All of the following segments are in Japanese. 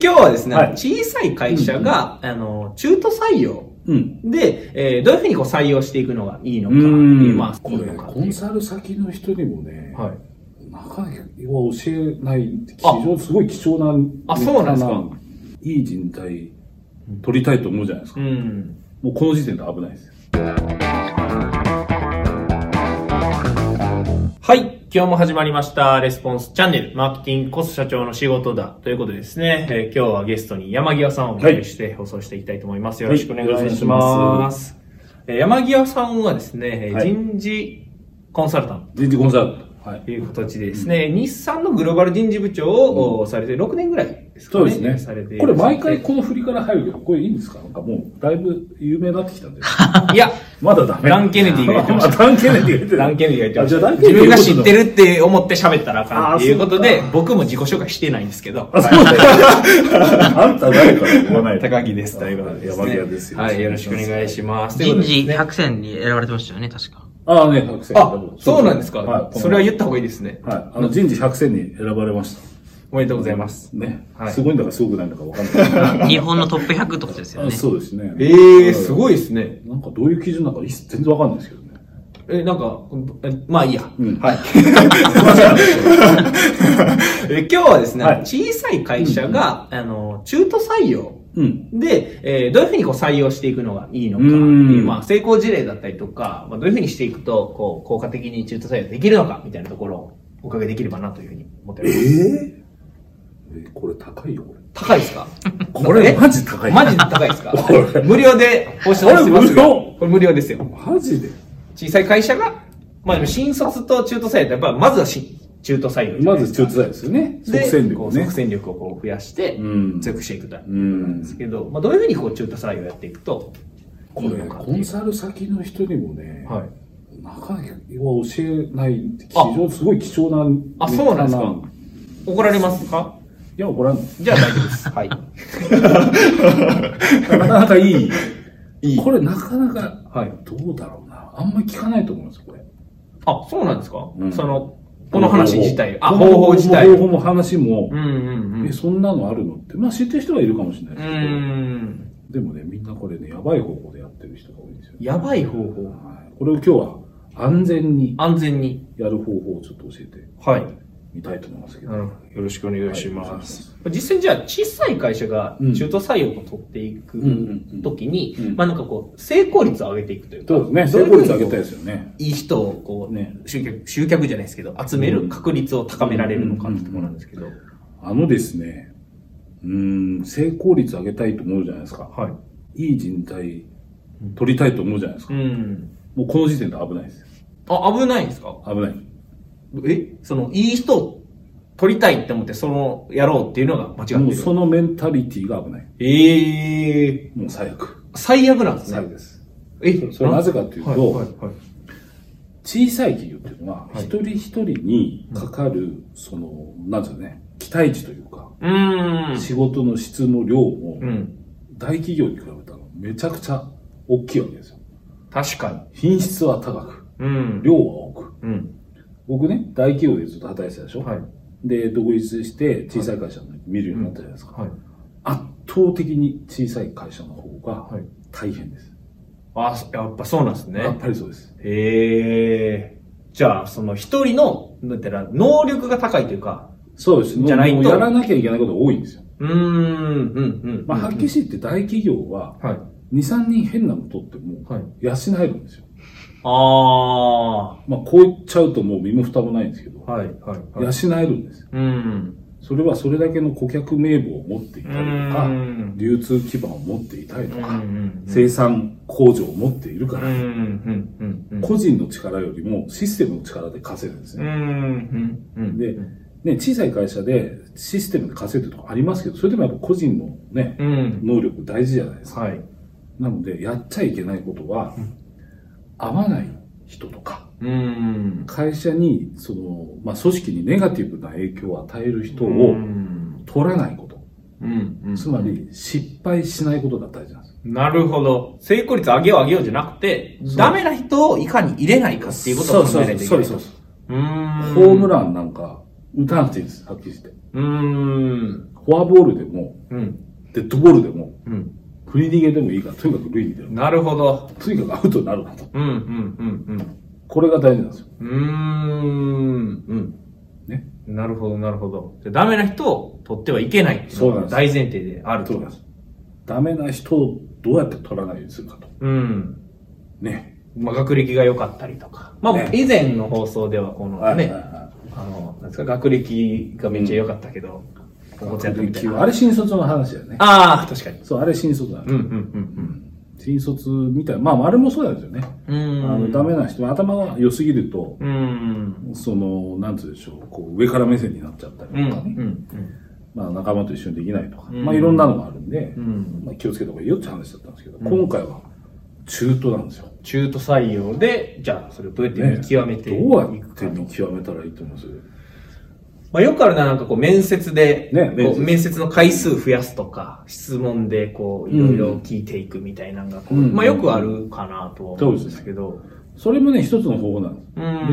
今日はですね、 はい、 小さい会社が、中途採用で、どういうふうにこう採用していくのがいいのか、まあ、 これ、コンサル先の人にもね、 はい、 なかなか教えない、すごい貴重な、 そうなんですか。 いい人材取りたいと思うじゃないですか。もうこの時点で危ないですよ。 はい。今日も始まりました。レスポンスチャンネル、マーケティングこそ社長の仕事だ。ということでですね、今日はゲストに山際さんをお迎えして放送していきたいと思います。よろしくお願いします。山際さんはですね、人事コンサルタント。 人事コンサルタント。 という形でですね、日産のグローバル人事部長をされて6年ぐらいですかね。 そうですね。これ毎回この振りから入るけど、これいいんですか？なんかもうだいぶ有名になってきたんで。 いや、 まだダメ。 ダン・ケネディが言ってました。 ダン・ケネディが言ってた。 ダン・ケネディが言ってました。 じゃあ自分が知ってるって思って喋ったらあかんっていうことで、僕も自己紹介してないんですけど。 あんた誰か言わない。 高木です。ということで山際ですよ。 はい、よろしくお願いします。 人事100選に選ばれてましたよね、確か。 ああね、100選。 そうなんですか。 はい。 それは言った方がいいですね。 はい。人事100選に選ばれました。 おめでとうございます。 ね。すごいんだかすごくないんだかわかんない。 日本のトップ100ってことですよね。 そうですね。 すごいですね。 なんかどういう基準なのか全然わかんないですけどね。 なんか、まあいいや。はい。今日はですね、小さい会社が、中途採用。で、どういうふうにこう採用していくのがいいのか、まあ成功事例だったりとか、どういうふうにしていくと、こう、効果的に中途採用できるのか、みたいなところをお伺いできればなというふうに思っております。 これ高いよ、これ。 高いですか？ これマジ高い。 マジで高いですか？無料で放送してますが。これ無料ですよ。 マジで？ 小さい会社が、まあでも新卒と中途採用ってやっぱまずは中途採用。 まず中途採用ですよね。即戦力ね。 即戦力をこう増やして、強くしていくということなんですけど、まあどういうふうにこう中途採用やっていくと、 これ、コンサル先の人にもね、なかなか教えない、すごい貴重な。 そうなんですか。怒られますか？ いや、怒らんない。 じゃあ大丈夫です。はい。 なかなかいい。これなかなか、どうだろうな。あんまり聞かないと思うんですよ、これ。 そうなんですか？この話自体。方法自体。 方法も話も、そんなのあるのって、まあ知ってる人はいるかもしれないですけど、でもね、みんなこれね、やばい方法でやってる人が多いんですよ。 やばい方法？ これを今日は安全にやる方法をちょっと教えて。見たいと思いますけど。 よろしくお願いします。実際じゃあ小さい会社が中途採用を取っていくときに、まあなんかこう、成功率を上げていくというか。 そうですね。成功率を上げたいですよね。 いい人をこうね、集客じゃないですけど、集める確率を高められるのかってところなんですけど。 ですね、成功率上げたいと思うじゃないですか。いい人材取りたいと思うじゃないですか。もうこの時点で危ないです。 危ないんですか？ 危ない。 いい人を取りたいって思って、やろうっていうのが間違ってる。 もうそのメンタリティが危ない。もう最悪。 最悪なんですね。 最悪です。それなぜかというと、小さい企業っていうのは、一人一人にかかる、なんですよね、期待値というか、仕事の質の量も、大企業に比べたらめちゃくちゃ大きいわけですよ。 確かに。 品質は高く、量は多く。僕ね、大企業でずっと働いてたでしょ。で、独立して小さい会社を見るようになったじゃないですか。圧倒的に小さい会社の方が大変です。 やっぱそうなんですね。 やっぱりそうです。 じゃあ、一人の、能力が高いというか、 そうです。 じゃないと。 やらなきゃいけないことが多いんですよ。まあ、はっきり言って大企業は、2、3人変なの取っても、養えるんですよ。まあ、こう言っちゃうともう身も蓋もないんですけど、養えるんですよ。それはそれだけの顧客名簿を持っていたりとか、流通基盤を持っていたりとか、生産工場を持っているから、個人の力よりもシステムの力で稼ぐんですね。で、小さい会社でシステムで稼ぐとこありますけど、それでもやっぱ個人のね、能力大事じゃないですか。なので、やっちゃいけないことは、合わない人とか、会社に、まあ、組織にネガティブな影響を与える人を取らないこと。つまり、失敗しないことが大事なんです。 なるほど。成功率上げようじゃなくて、ダメな人をいかに入れないかっていうことを考えないといけない。 そう。ホームランなんか打たなくていいです、はっきりして。フォアボールでも、デッドボールでも、振り逃げでもいいから、とにかく塁に出る。 なるほど。 とにかくアウトになるなと。これが大事なんですよ。 ね。なるほど、なるほど。ダメな人を取ってはいけないっていうのが大前提であると。 そうなんです。ダメな人をどうやって取らないようにするかと。ね。 まあ、学歴が良かったりとか。まあ、以前の放送では、このね、なんですか、学歴がめっちゃ良かったけど、 学歴は、あれ新卒の話だよね。 ああ、確かに。 そう、あれ新卒だ。新卒みたいな、まあ、あれもそうなんですよね。ダメな人、頭が良すぎると、なんつうでしょう、こう、上から目線になっちゃったりとかね。まあ、仲間と一緒にできないとか、まあ、いろんなのがあるんで、まあ、気をつけた方がいいよって話だったんですけど、今回は中途なんですよ。 中途採用で、じゃあ、それをどうやって見極めていくか、 どうやって見極めたらいいと思います？ まあ、よくあるのはなんかこう面接で、面接の回数増やすとか、質問でこう、いろいろ聞いていくみたいなのがこう、まあよくあるかなとは思うんですけど。 それもね、一つの方法なんです。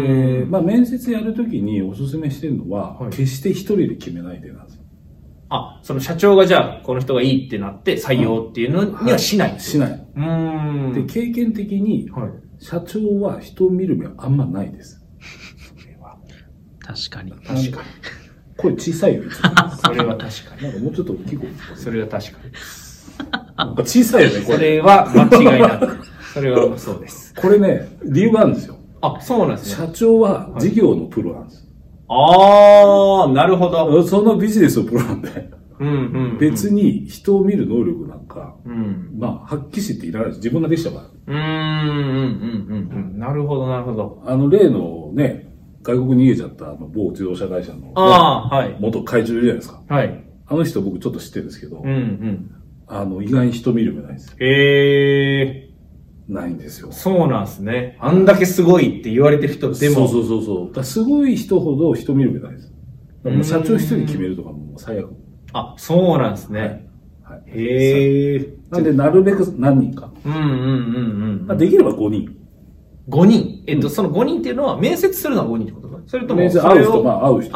で、まあ面接やるときにおすすめしてるのは、決して一人で決めないでなんです。 あ、その社長がじゃあ、この人がいいってなって採用っていうのにはしない、 しない。で、経験的に、社長は人を見る目はあんまないです。 確かに。 確かに。 声小さいよ、 それは確かに。 なんかもうちょっと大きい声。 それは確かに。 なんか小さいよね、 これ。それは間違いなく。それはそうです。 これね、理由があるんですよ。 あ、そうなんですね。社長は事業のプロなんです。 あー、なるほど。 そのビジネスのプロなんで。別に人を見る能力なんか、まあ、発揮していらないです。自分ができたから。 なるほど、なるほど。 例のね、外国に逃げちゃった某自動車会社の元会長いるじゃないですか。はい。あの人僕ちょっと知ってるんですけど、意外に人見る目ないんですよ。ないんですよ。 そうなんですね。あんだけすごいって言われてる人でも。 そう。だすごい人ほど人見る目ないです。だから社長一人決めるとかも最悪。 あ、そうなんですね。はい。へー。 なんで、なるべく何人か。できれば5人。 5人その5人っていうのは、面接するのは5人ってことかそれとも、 面接会う人、まあ会う人。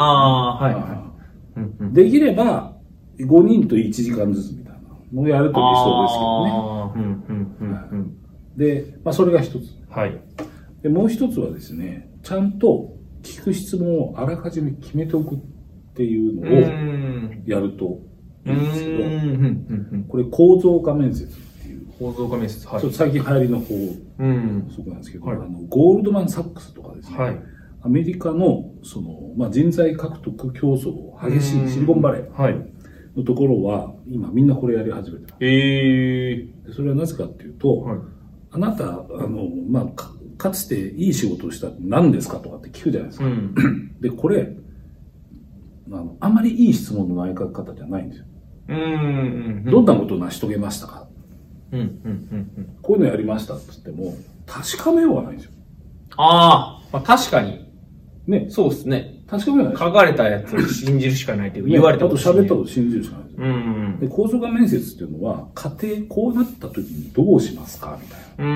できれば、5人と1時間ずつみたいなのをやると理想ですけどね。で、まあそれが一つ。はい。で、もう一つはですね、ちゃんと聞く質問をあらかじめ決めておくっていうのをやるといいんですけど、これ構造化面接。 構造化面接。 はい。ちょっと最近流行りの方、そうなんですけど、ゴールドマン・サックスとかですね、アメリカの、まあ、人材獲得競争激しいシリコンバレーのところは、今みんなこれやり始めてます。それはなぜかっていうと、あなた、まあ、かつていい仕事をしたって何ですかとかって聞くじゃないですか。で、これ、あんまりいい質問の投げ方じゃないんですよ。どんなことを成し遂げましたかこういうのやりましたって言っても、確かめようがないんですよ。 ああ、まあ確かに。 ね。 そうですね。 確かめようがない。 書かれたやつを信じるしかないって言われたこと喋ったこと信じるしかないですよ。で、構造化面接っていうのは、家庭こうなった時にどうしますかみたい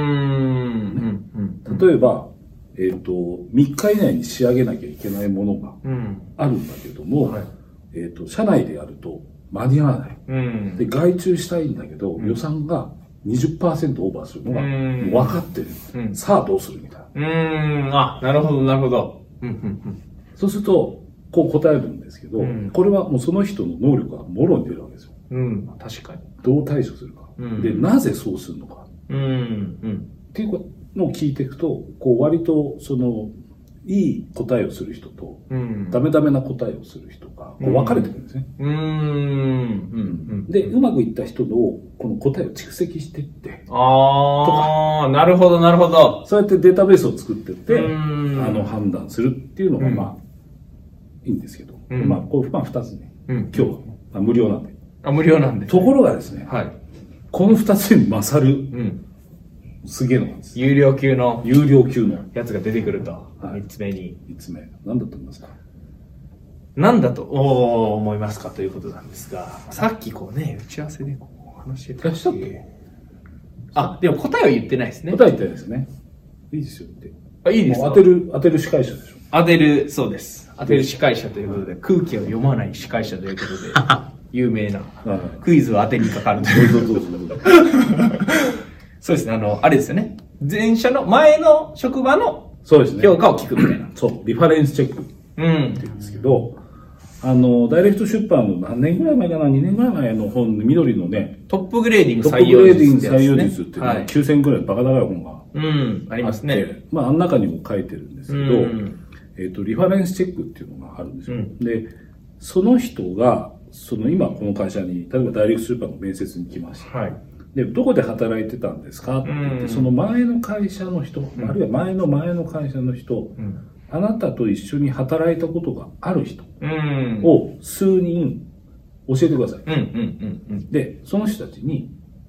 な。例えば、3日以内に仕上げなきゃいけないものがあるんだけれども、社内でやると、間に合わない。で、外注したいんだけど、予算が 20% オーバーするのが分かってる。さあどうするみたいな。なるほど、なるほど。 そうすると、こう答えるんですけど、これはもうその人の能力がもろに出るわけですよ。 確かに。 どう対処するか。で、なぜそうするのか。っていうのを聞いていくと、こう割といい答えをする人と、ダメダメな答えをする人がこう分かれてくるんですね。で、うまくいった人のこの答えを蓄積していって、 なるほど、なるほど。 そうやってデータベースを作っていって、判断するっていうのがまあ、いいんですけど、まあ、これ2つね、今日は無料なんで。 無料なんで。 ところがですね、この2つに勝る、すげえのなんです。 有料級のやつが出てくると。3つ目に。 3つ目。何だと思いますか？ 何だと思いますかということなんですが、さっきこうね、打ち合わせで話してたし。でも答えは言ってないですね。 答え言ってないですね。いいですよって。 いいですか？ 当てる司会者でしょ。 当てる、そうです。当てる司会者ということで、空気を読まない司会者ということで、有名な、クイズを当てにかかるという。そうですね、あれですよね。前の職場の評価を聞くみたいな。 そう、リファレンスチェックって言うんですけど、ダイレクト出版の何年ぐらい前かな、2年ぐらい前の本、緑のね、 トップグレーディング採用術っていうのは9000ぐらいバカ高い本がありますね。 まあ、あの中にも書いてるんですけど、リファレンスチェックっていうのがあるんですよ。で、その人が、今この会社に、例えばダイレクト出版の面接に来ました。で、どこで働いてたんですかって言って、その前の会社の人、あるいは前の会社の人、あなたと一緒に働いたことがある人を数人教えてください。で、その人たちに、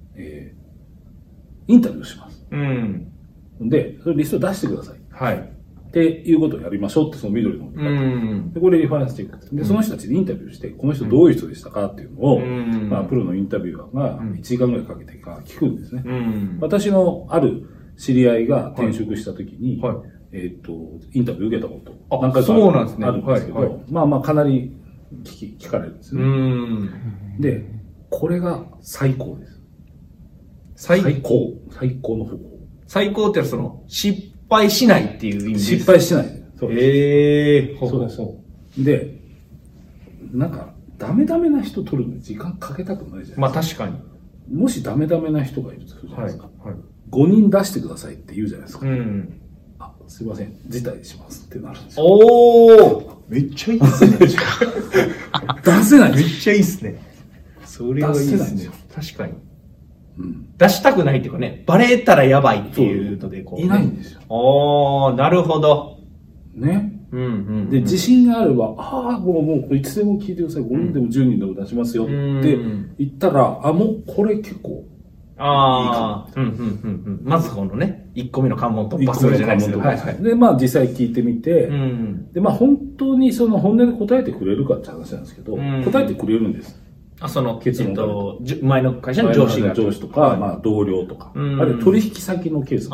インタビューします。で、それリスト出してください。っていうことをやりましょうって、その緑の。で、これリファレンスチェックです。で、その人たちにインタビューして、この人どういう人でしたかっていうのを、まあ、プロのインタビュアーが1時間ぐらいかけて聞くんですね。私のある知り合いが転職した時に、インタビュー受けたこと、何回かあるんですけど、まあまあかなり聞かれるんですね。で、これが最高です。最高の方法。 最高って失敗しないっていう意味です。 失敗しない。 そうです。で、なんか、ダメな人取るのに時間かけたくないじゃないですか。 まあ確かに。 もしダメな人がいるとするじゃないですか。5人出してくださいって言うじゃないですか。すいません、辞退しますってなるんですよ。 めっちゃいいっすね。 出せない。 めっちゃいいっすね。それはいいっすね。確かに。出したくないっていうかね、バレたらやばいっていうのでこう。 いないんですよ。 なるほど。 ね。で、自信があれば、もういつでも聞いてください。5人でも10人でも出しますよって言ったら、もうこれ結構。 まずこのね、1個目の関門突破するじゃないですか。 で、まあ実際聞いてみて、で、まあ本当にその本音で答えてくれるかって話なんですけど、答えてくれるんです。 結論前の会社の上司とか、まあ同僚とか、あるいは取引先のケース。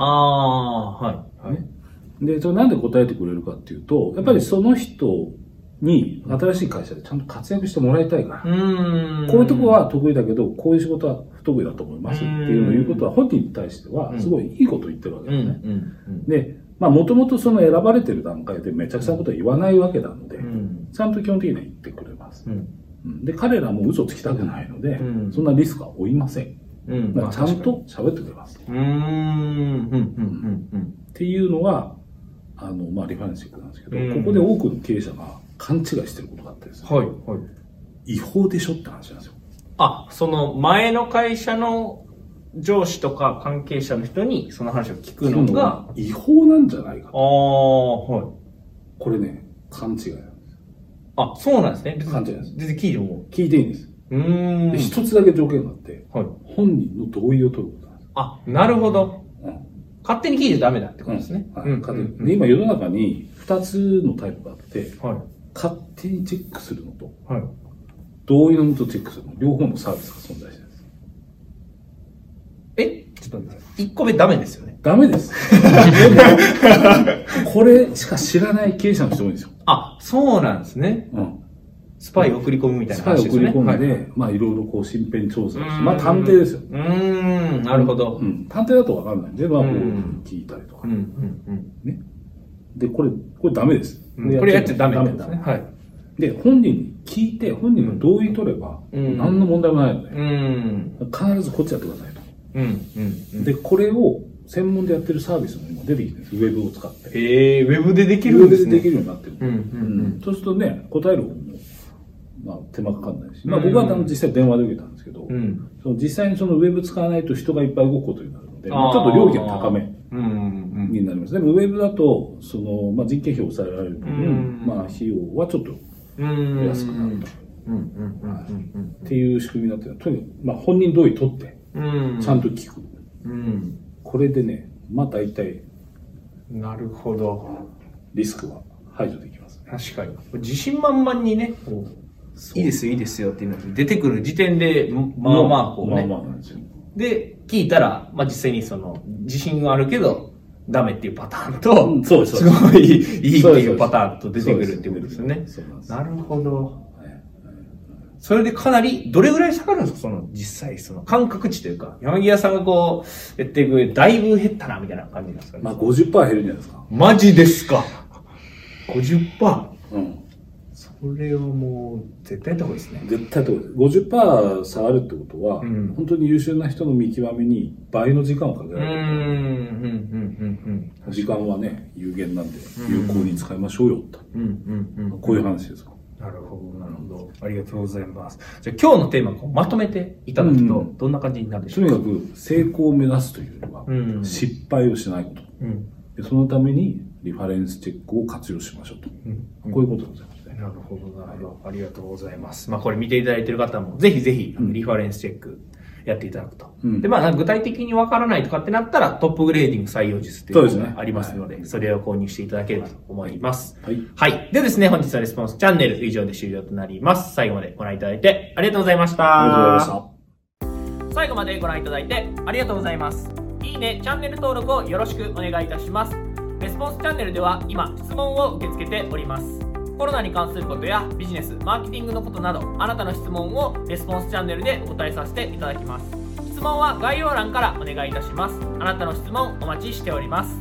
で、なんで答えてくれるかっていうと、やっぱりその人に新しい会社でちゃんと活躍してもらいたいから、こういうとこは得意だけど、こういう仕事は不得意だと思いますっていうのを言うことは、本人に対しては、すごいいいことを言ってるわけですね。で、まあ、もともと選ばれてる段階でめちゃくちゃなことは言わないわけなので、ちゃんと基本的には言ってくれます。で、彼らも嘘つきたくないので、そんなリスクは負いません。だからちゃんと喋ってくれます。っていうのが、まあ、リファレンスチェックなんですけど、ここで多くの経営者が勘違いしてることがあってですね。違法でしょって話なんですよ。 その前の会社の上司とか関係者の人にその話を聞くのが違法なんじゃないかと。これね、勘違いなんです。 そうなんですね。 勘違いです。 全然聞いても。 聞いていいんです。で、一つだけ条件があって、本人の同意を取ることなんです。 なるほど。勝手に聞いちゃダメだってことですね。 で、今世の中に2つのタイプがあって、勝手にチェックするのと、同意のもとチェックするの、両方のサービスが存在してるんです。 ちょっと待って、1個目ダメですよね。 ダメです。これしか知らない経営者の人多いんですよ。 そうなんですね。スパイ送り込むみたいな話ですね。 スパイ送り込んで、まあいろいろこう身辺調査をして、まあ探偵ですよ。 なるほど。 探偵だとわかんないんで、まあこう聞いたりとか。ね。で、これダメです。 これやっちゃダメですね。 で、本人に聞いて、本人の同意取れば、何の問題もないので、必ずこっちやってくださいと。で、これを専門でやってるサービスも今出てきてるんです。ウェブを使って。 ウェブでできるんですね。 ウェブでできるようになってる。そうするとね、答える方も、まあ手間かかんないし。まあ僕は実際電話で受けたんですけど、実際にそのウェブ使わないと人がいっぱい動くことになるので、ちょっと料金が高めになります。でもウェブだと、まあ人件費を抑えられる分、まあ費用はちょっと安くなると。っていう仕組みになってる。とにかく、まあ本人同意取って、ちゃんと聞く。これでね、まあ大体、 なるほど。 リスクは排除できますね。 確かに。自信満々にね、いいですよ、いいですよっていうのが出てくる時点で、まあまあこうね。で、聞いたら、まあ実際に自信があるけど、 ダメっていうパターンと、すごいいいっていうパターンと出てくるっていうことですよね。なるほど。それでかなり、どれぐらい下がるんですか実際、感覚値というか、柳屋さんがこう、やっていく、だいぶ減ったな、みたいな感じなんですかね。 50% 減るんじゃないですか。 マジですか ?50%? うん。それはもう、絶対やった方がいいですね。 絶対やった方がいいです。50% 下がるってことは、本当に優秀な人の見極めに倍の時間をかけられる。時間はね、有限なんで、有効に使いましょうよ、と。こういう話ですか。 なるほど、なるほど。ありがとうございます。じゃあ今日のテーマをまとめていただくと、どんな感じになるでしょうか。 とにかく成功を目指すというよりは、失敗をしないこと。そのためにリファレンスチェックを活用しましょうと。こういうことでございますね。 なるほど、なるほど。ありがとうございます。これ見ていただいている方も、ぜひぜひ、リファレンスチェックやっていただくと。で、具体的にわからないとかってなったら、トップグレーディング採用術っていうのがありますので、それを購入していただければと思います。はい。でですね、本日のレスポンスチャンネル以上で終了となります。最後までご覧いただいてありがとうございました。 ありがとうございました。最後までご覧いただいてありがとうございます。いいね、チャンネル登録をよろしくお願いいたします。レスポンスチャンネルでは今、質問を受け付けております。コロナに関することやビジネス、マーケティングのことなど、あなたの質問をレスポンスチャンネルでお答えさせていただきます。質問は概要欄からお願いいたします。あなたの質問お待ちしております。